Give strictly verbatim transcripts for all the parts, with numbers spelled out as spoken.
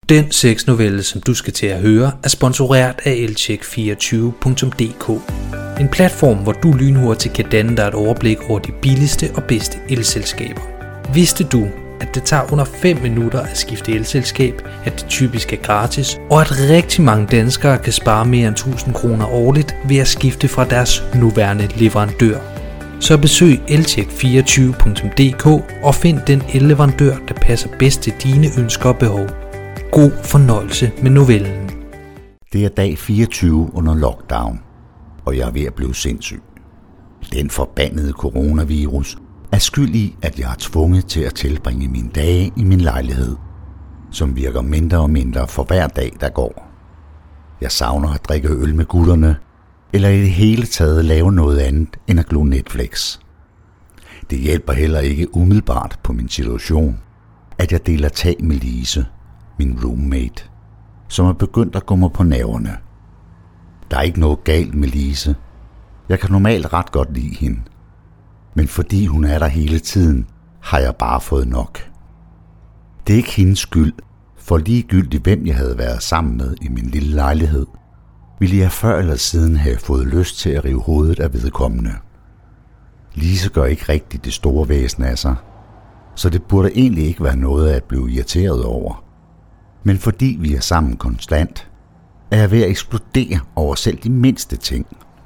Den sexnovelle, som du skal til at høre, er sponsoreret af elcheck fireogtyve punktum d k. En platform, hvor du lynhurtigt kan danne dig et overblik over de billigste og bedste elselskaber. Vidste du, at det tager under fem minutter at skifte elselskab, at det typisk er gratis, og at rigtig mange danskere kan spare mere end tusind kroner årligt ved at skifte fra deres nuværende leverandør? Så besøg elcheck fireogtyve punktum d k og find den elleverandør, der passer bedst til dine ønsker og behov. God fornøjelse med novellen. Det er dag fireogtyve under lockdown, og jeg er ved at blive sindssyg. Den forbandede coronavirus er skyld i, at jeg er tvunget til at tilbringe mine dage i min lejlighed, som virker mindre og mindre for hver dag, der går. Jeg savner at drikke øl med gutterne, eller i det hele taget lave noget andet end at glo Netflix. Det hjælper heller ikke umiddelbart på min situation, at jeg deler tag med Lise, min roommate, som er begyndt at gå mig på nerverne. Der er ikke noget galt med Lise. Jeg kan normalt ret godt lide hende. Men fordi hun er der hele tiden, har jeg bare fået nok. Det er ikke hendes skyld, for ligegyldigt hvem jeg havde været sammen med i min lille lejlighed, ville jeg før eller siden have fået lyst til at rive hovedet af vedkommende. Lise gør ikke rigtigt det store væsen af sig, så det burde egentlig ikke være noget at blive irriteret over. Men fordi vi er sammen konstant, er jeg ved at eksplodere over selv de mindste ting.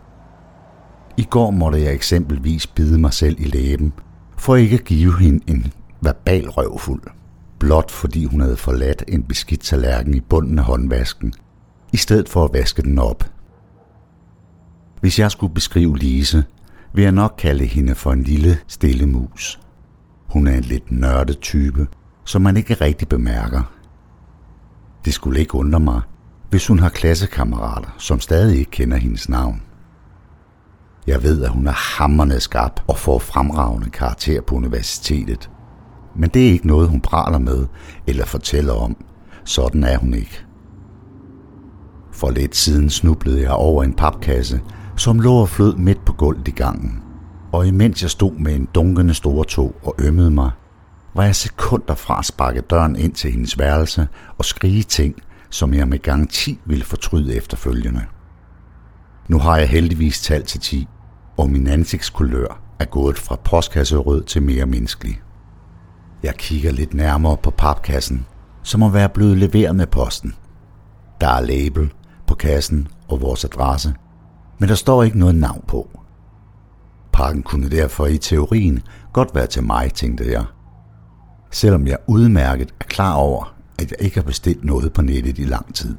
I går måtte jeg eksempelvis bide mig selv i læben, for ikke at give hende en verbal røvfuld, blot fordi hun havde forladt en beskidt tallerken i bunden af håndvasken, i stedet for at vaske den op. Hvis jeg skulle beskrive Lise, vil jeg nok kalde hende for en lille, stille mus. Hun er en lidt nørdet type, som man ikke rigtig bemærker. Det skulle ikke undre mig, hvis hun har klassekammerater, som stadig ikke kender hendes navn. Jeg ved, at hun er hamrende skarp og får fremragende karakter på universitetet. Men det er ikke noget, hun praler med eller fortæller om. Sådan er hun ikke. For lidt siden snublede jeg over en papkasse, som lå og flød midt på gulvet i gangen. Og imens jeg stod med en dunkende store tå og ømmede mig, var jeg sekunder fra at sparke døren ind til hendes værelse og skrige ting, som jeg med garanti ville fortryde efterfølgende. Nu har jeg heldigvis talt til ti, og min ansigtskulør er gået fra postkasserød til mere menneskelig. Jeg kigger lidt nærmere på papkassen, som må være blevet leveret med posten. Der er label på kassen og vores adresse, men der står ikke noget navn på. Pakken kunne derfor i teorien godt være til mig, tænkte jeg. Selvom jeg udmærket er klar over, at jeg ikke har bestilt noget på nettet i lang tid.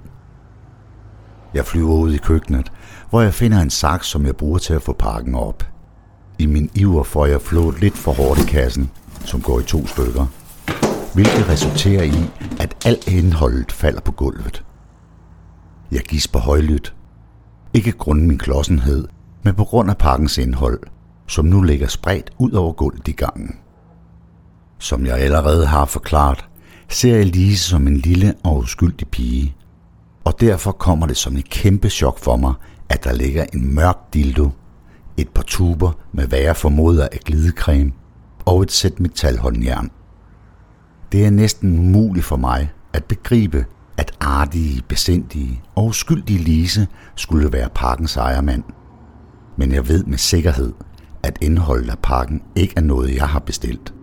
Jeg flyver ud i køkkenet, hvor jeg finder en saks, som jeg bruger til at få pakken op. I min iver får jeg flået lidt for hårdt i kassen, som går i to stykker, hvilket resulterer i, at alt indholdet falder på gulvet. Jeg gisper højlydt. Ikke grundet min klodsenhed, men på grund af pakkens indhold, som nu ligger spredt ud over gulvet i gangen. Som jeg allerede har forklaret, ser jeg Lise som en lille og uskyldig pige, og derfor kommer det som et kæmpe chok for mig, at der ligger en mørk dildo, et par tuber med hvad jeg formoder af glidecreme og et sæt metalhåndjern. Det er næsten umuligt for mig at begribe, at artige, besindige og uskyldige Lise skulle være pakkens ejermand. Men jeg ved med sikkerhed, at indholdet af pakken ikke er noget, jeg har bestilt.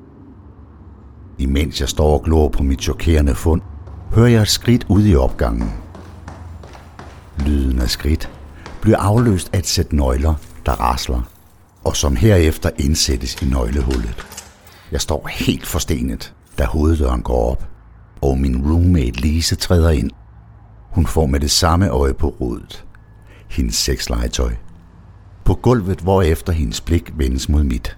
Imens jeg står og glor på mit chokerende fund, hører jeg et skridt ude i opgangen. Lyden af skridt bliver afløst af et sæt nøgler, der rasler, og som herefter indsættes i nøglehullet. Jeg står helt forstenet, da hoveddøren går op, og min roommate Lise træder ind. Hun får med det samme øje på rodet. Hendes sexlegetøj. På gulvet, hvorefter hendes blik vendes mod mit.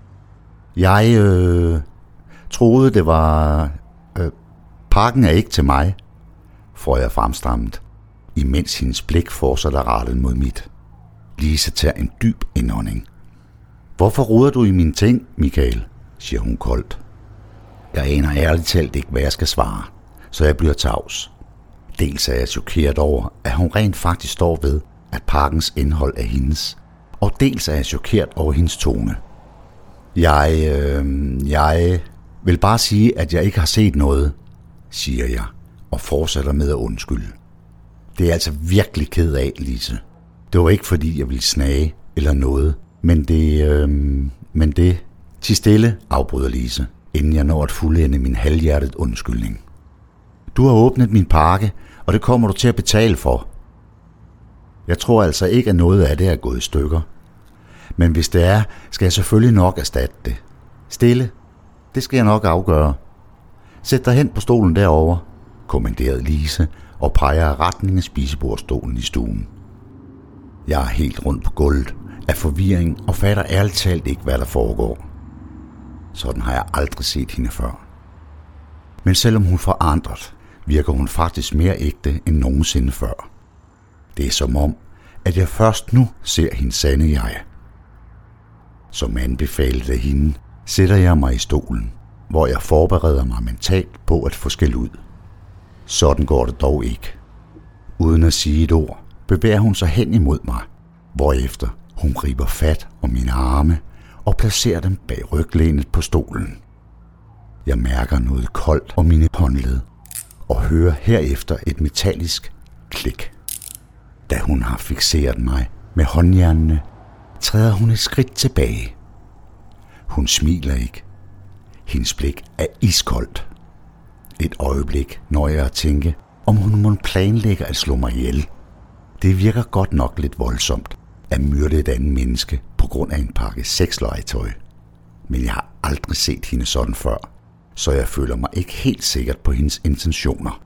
Jeg øh, troede, det var... Øh, pakken er ikke til mig, får jeg fremstrammet, imens hendes blik fortsætter rettet mod mit. Lise tager en dyb indånding. Hvorfor roder du i mine ting, Michael? Siger hun koldt. Jeg aner ærligt talt ikke, hvad jeg skal svare, så jeg bliver tavs. Dels er jeg chokeret over, at hun rent faktisk står ved, at pakkens indhold er hendes, og dels er jeg chokeret over hendes tone. Jeg, øh, jeg vil bare sige, at jeg ikke har set noget, siger jeg, og fortsætter med at undskylde. Det er altså virkelig ked af, Lise. Det var ikke fordi, jeg ville snage eller noget, men det... Øh, men det... Til stille, afbryder Lise, inden jeg når at fuldende min halvhjertet undskyldning. Du har åbnet min pakke, og det kommer du til at betale for. Jeg tror altså ikke, at noget af det er gået i stykker. Men hvis det er, skal jeg selvfølgelig nok erstatte det. Stille. Det skal jeg nok afgøre. Sæt dig hen på stolen derovre, kommanderede Lise og peger af retning af spisebordstolen i stuen. Jeg er helt rundt på gulvet af forvirring og fatter ærligt talt ikke, hvad der foregår. Sådan har jeg aldrig set hende før. Men selvom hun forandret, virker hun faktisk mere ægte end nogensinde før. Det er som om, at jeg først nu ser hendes sande jeg. Som anbefalet af hende, sætter jeg mig i stolen, hvor jeg forbereder mig mentalt på at få skæld ud. Sådan går det dog ikke. Uden at sige et ord, bevæger hun sig hen imod mig, hvorefter hun griber fat om mine arme og placerer dem bag ryglænet på stolen. Jeg mærker noget koldt om mine håndled og hører herefter et metallisk klik. Da hun har fikseret mig med håndjernene, træder hun et skridt tilbage. Hun smiler ikke. Hendes blik er iskoldt. Et øjeblik når jeg at tænke, om hun må planlægge at slå mig ihjel. Det virker godt nok lidt voldsomt at myrde et andet menneske på grund af en pakke sexlegetøj. Men jeg har aldrig set hende sådan før, så jeg føler mig ikke helt sikkert på hendes intentioner.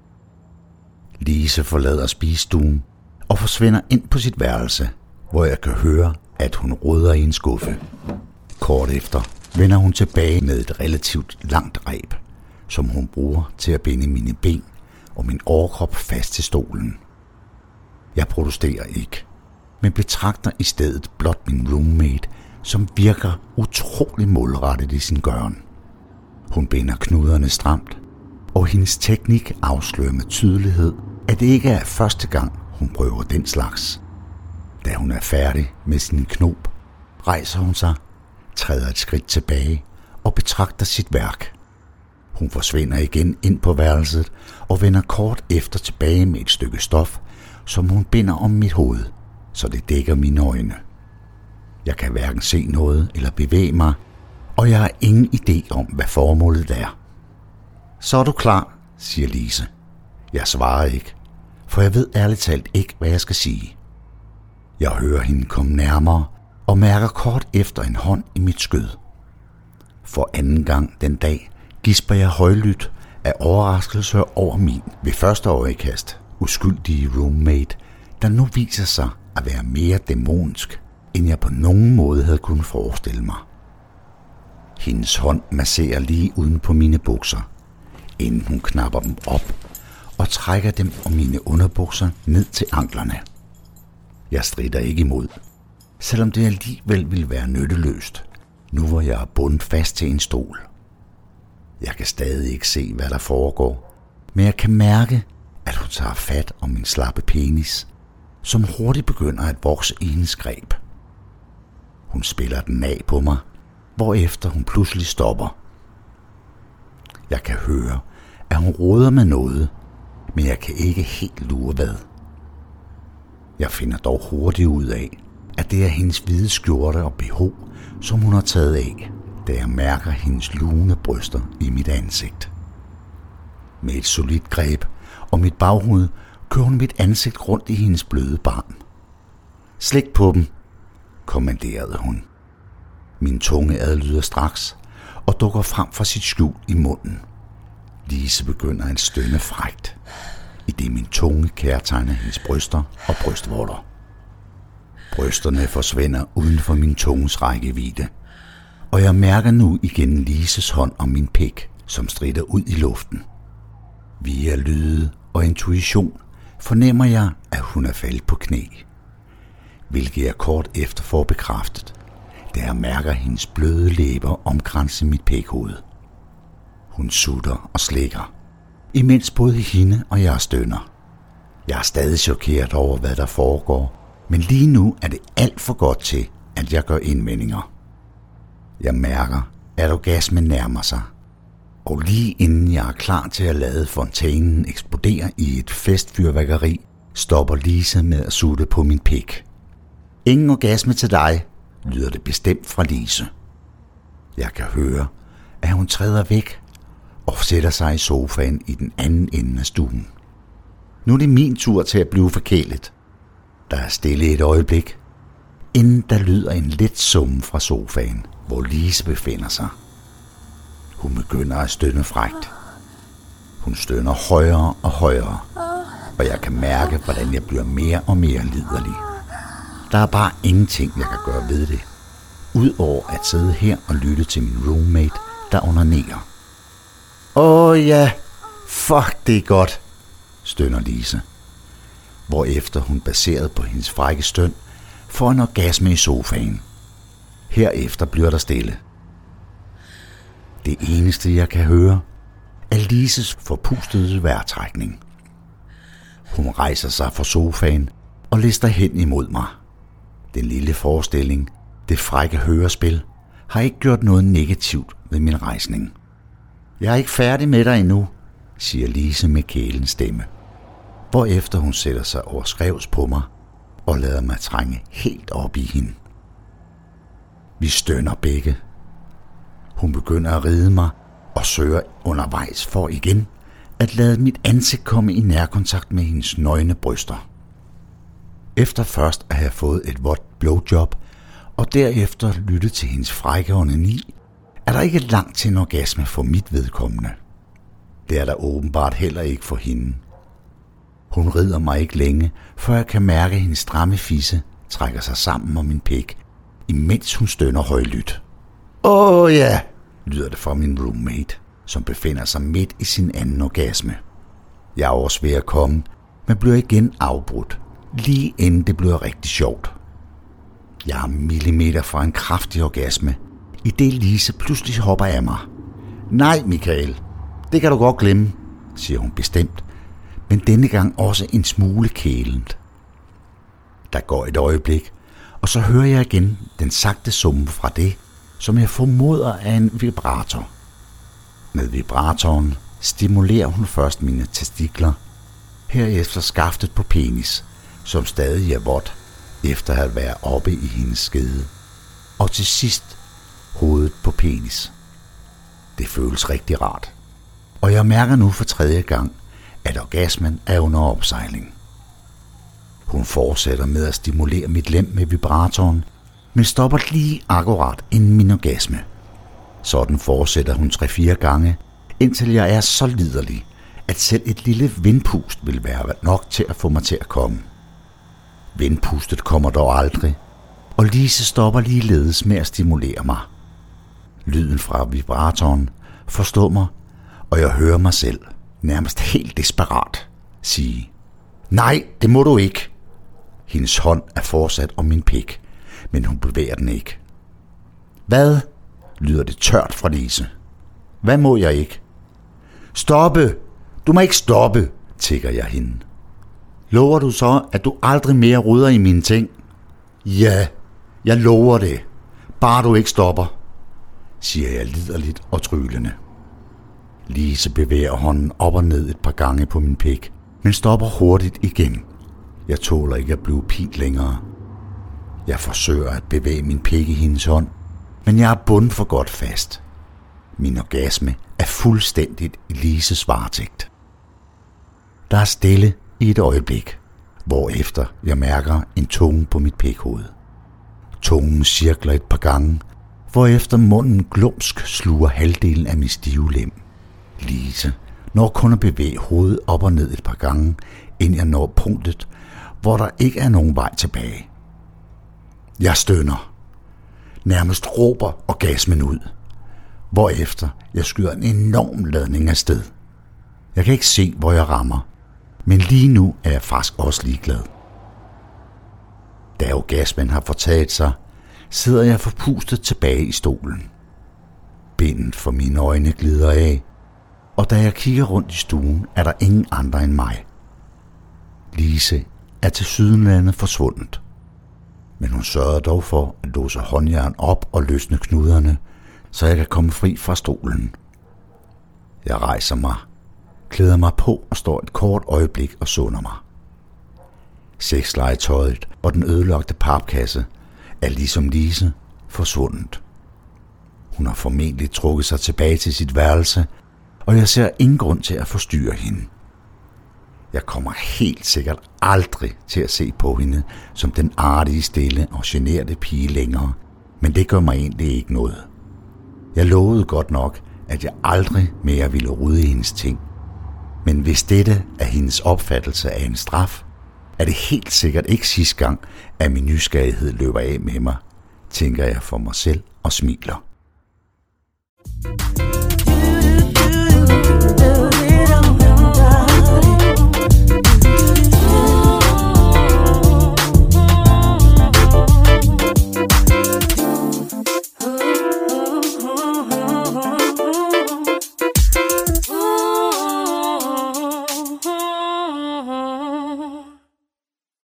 Lise forlader spisestuen og forsvinder ind på sit værelse, hvor jeg kan høre, at hun roder i en skuffe. Kort efter vender hun tilbage med et relativt langt reb, som hun bruger til at binde mine ben og min overkrop fast til stolen. Jeg protesterer ikke, men betragter i stedet blot min roommate, som virker utrolig målrettet i sin gøren. Hun binder knuderne stramt, og hendes teknik afslører med tydelighed, at det ikke er første gang, hun prøver den slags. Da hun er færdig med sin knop, rejser hun sig, træder et skridt tilbage og betragter sit værk. Hun forsvinder igen ind på værelset og vender kort efter tilbage med et stykke stof, som hun binder om mit hoved, så det dækker mine øjne. Jeg kan hverken se noget eller bevæge mig, og jeg har ingen idé om, hvad formålet er. Så er du klar, siger Lise. Jeg svarer ikke, for jeg ved ærligt talt ikke, hvad jeg skal sige. Jeg hører hende komme nærmere og mærker kort efter en hånd i mit skød. For anden gang den dag gisper jeg højlydt af overraskelse over min ved første øjekast uskyldige roommate, der nu viser sig at være mere dæmonsk, end jeg på nogen måde havde kunnet forestille mig. Hendes hånd masserer lige uden på mine bukser, inden hun knapper dem op og trækker dem om mine underbukser ned til anklerne. Jeg stritter ikke imod, selvom det alligevel ville være nytteløst, nu hvor jeg er bundet fast til en stol. Jeg kan stadig ikke se, hvad der foregår, men jeg kan mærke, at hun tager fat om min slappe penis, som hurtigt begynder at vokse i hendes greb. Hun spiller den af på mig, hvorefter hun pludselig stopper. Jeg kan høre, at hun roder med noget, men jeg kan ikke helt lure hvad. Jeg finder dog hurtigt ud af, at det er hendes hvide skjorte og B H, som hun har taget af, da jeg mærker hendes lune bryster i mit ansigt. Med et solidt greb og mit baghoved kører hun mit ansigt rundt i hendes bløde barm. Slik på dem, kommanderede hun. Min tunge adlyder straks og dukker frem fra sit skjul i munden. Lise begynder at stønne frækt, i det min tunge kærtegner hendes bryster og brystvorter. Brysterne forsvinder uden for min tunges rækkevidde, og jeg mærker nu igen Lises hånd om min pik, som stritter ud i luften. Via lyde og intuition fornemmer jeg, at hun er faldet på knæ, hvilket jeg kort efter får bekræftet, da jeg mærker hendes bløde læber omkranse mit pikhoved. Hun sutter og slikker, imens både hende og jeg stønner. Jeg er stadig chokeret over, hvad der foregår, men lige nu er det alt for godt til, at jeg gør indvendinger. Jeg mærker, at orgasmen nærmer sig, Og lige inden jeg er klar til at lade fontænen eksplodere i et festfyrværkeri, stopper Lise med at sutte på min pik. Ingen orgasme til dig, lyder det bestemt fra Lise. Jeg kan høre, at hun træder væk og sætter sig i sofaen i den anden ende af stuen. Nu er det min tur til at blive forkælet. Der er stille et øjeblik, inden der lyder en let summen fra sofaen, hvor Lise befinder sig. Hun begynder at stønne frækt. Hun stønner højere og højere, og jeg kan mærke, hvordan jeg bliver mere og mere liderlig. Der er bare ingenting, jeg kan gøre ved det, udover at sidde her og lytte til min roommate, der onanerer. Åh ja, fuck det er godt, stønner Lise, hvorefter hun baseret på hendes frække støn får en orgasme i sofaen. Herefter bliver der stille. Det eneste, jeg kan høre, er Lises forpustede vejrtrækning. Hun rejser sig fra sofaen og lister hen imod mig. Den lille forestilling, det frække hørespil, har ikke gjort noget negativt ved min rejsning. Jeg er ikke færdig med dig endnu, siger Lise med kælens stemme, hvorefter hun sætter sig over skrevs på mig og lader mig trænge helt op i hende. Vi stønner begge. Hun begynder at ride mig og søger undervejs for igen at lade mit ansigt komme i nærkontakt med hendes nøgne bryster. Efter først at have fået et vådt blowjob og derefter lytte til hendes frække onani, er der ikke langt til en orgasme for mit vedkommende. Det er der åbenbart heller ikke for hende. Hun rider mig ikke længe, før jeg kan mærke, at hendes stramme fisse trækker sig sammen om min pik, imens hun stønner højlydt. Åh ja, lyder det fra min roommate, som befinder sig midt i sin anden orgasme. Jeg er også ved at komme, men bliver igen afbrudt, lige inden det bliver rigtig sjovt. Jeg er millimeter fra en kraftig orgasme, i det Lise pludselig hopper af mig. Nej, Michael, det kan du godt glemme, siger hun bestemt, men denne gang også en smule kælent. Der går et øjeblik, og så hører jeg igen den sagte summe fra det, som jeg formoder er en vibrator. Med vibratoren stimulerer hun først mine testikler, herefter skaftet på penis, som stadig er vådt, efter at være oppe i hendes skede, og til sidst hovedet på penis. Det føles rigtig rart, og jeg mærker nu for tredje gang, at orgasmen er under opsejling. Hun fortsætter med at stimulere mit lem med vibratoren, men stopper lige akkurat inden min orgasme. Sådan fortsætter hun tre-fire gange, indtil jeg er så liderlig, at selv et lille vindpust vil være nok til at få mig til at komme. Vindpustet kommer dog aldrig, og Lise stopper ligeledes med at stimulere mig. Lyden fra vibratoren forstår mig, og jeg hører mig selv, nærmest helt desperat, sige: nej, det må du ikke. Hendes hånd er fortsat om min pik, men hun bevæger den ikke. Hvad? Lyder det tørt fra Lise. Hvad må jeg ikke? Stoppe! Du må ikke stoppe, tigger jeg hende. Lover du så, at du aldrig mere rydder i mine ting? Ja, jeg lover det. Bare du ikke stopper, siger jeg liderligt og tryglende. Lise bevæger hånden op og ned et par gange på min pik, men stopper hurtigt igen. Jeg tåler ikke at blive pint længere. Jeg forsøger at bevæge min pik i hendes hånd, men jeg er bundet for godt fast. Min orgasme er fuldstændigt i Lises varetægt. Der er stille i et øjeblik, hvorefter jeg mærker en tunge på mit pikhoved. Tungen cirkler et par gange, hvorefter munden glumsk sluger halvdelen af min stive lem. Lise når kun at bevæge hovedet op og ned et par gange, inden jeg når punktet, hvor der ikke er nogen vej tilbage. Jeg stønner, nærmest råber orgasmen ud, hvorefter jeg skyder en enorm ladning af sted. Jeg kan ikke se, hvor jeg rammer, men lige nu er jeg faktisk også ligeglad. Da orgasmen har fortaget sig, sidder jeg forpustet tilbage i stolen. Bindet for mine øjne glider af, og da jeg kigger rundt i stuen, er der ingen andre end mig. Lise er tilsyneladende forsvundet, men hun sørger dog for at låse håndjern op og løsne knuderne, så jeg kan komme fri fra stolen. Jeg rejser mig, klæder mig på og står et kort øjeblik og sunder mig. Sexlegetøjet og den ødelagte papkasse er ligesom Lise forsvundet. Hun har formentlig trukket sig tilbage til sit værelse, og jeg ser ingen grund til at forstyrre hende. Jeg kommer helt sikkert aldrig til at se på hende som den artige, stille og generte pige længere, men det gør mig egentlig ikke noget. Jeg lovede godt nok, at jeg aldrig mere ville rode i hendes ting. Men hvis dette er hendes opfattelse af en straf, er det helt sikkert ikke sidste gang, at min nysgerrighed løber af med mig, tænker jeg for mig selv og smiler.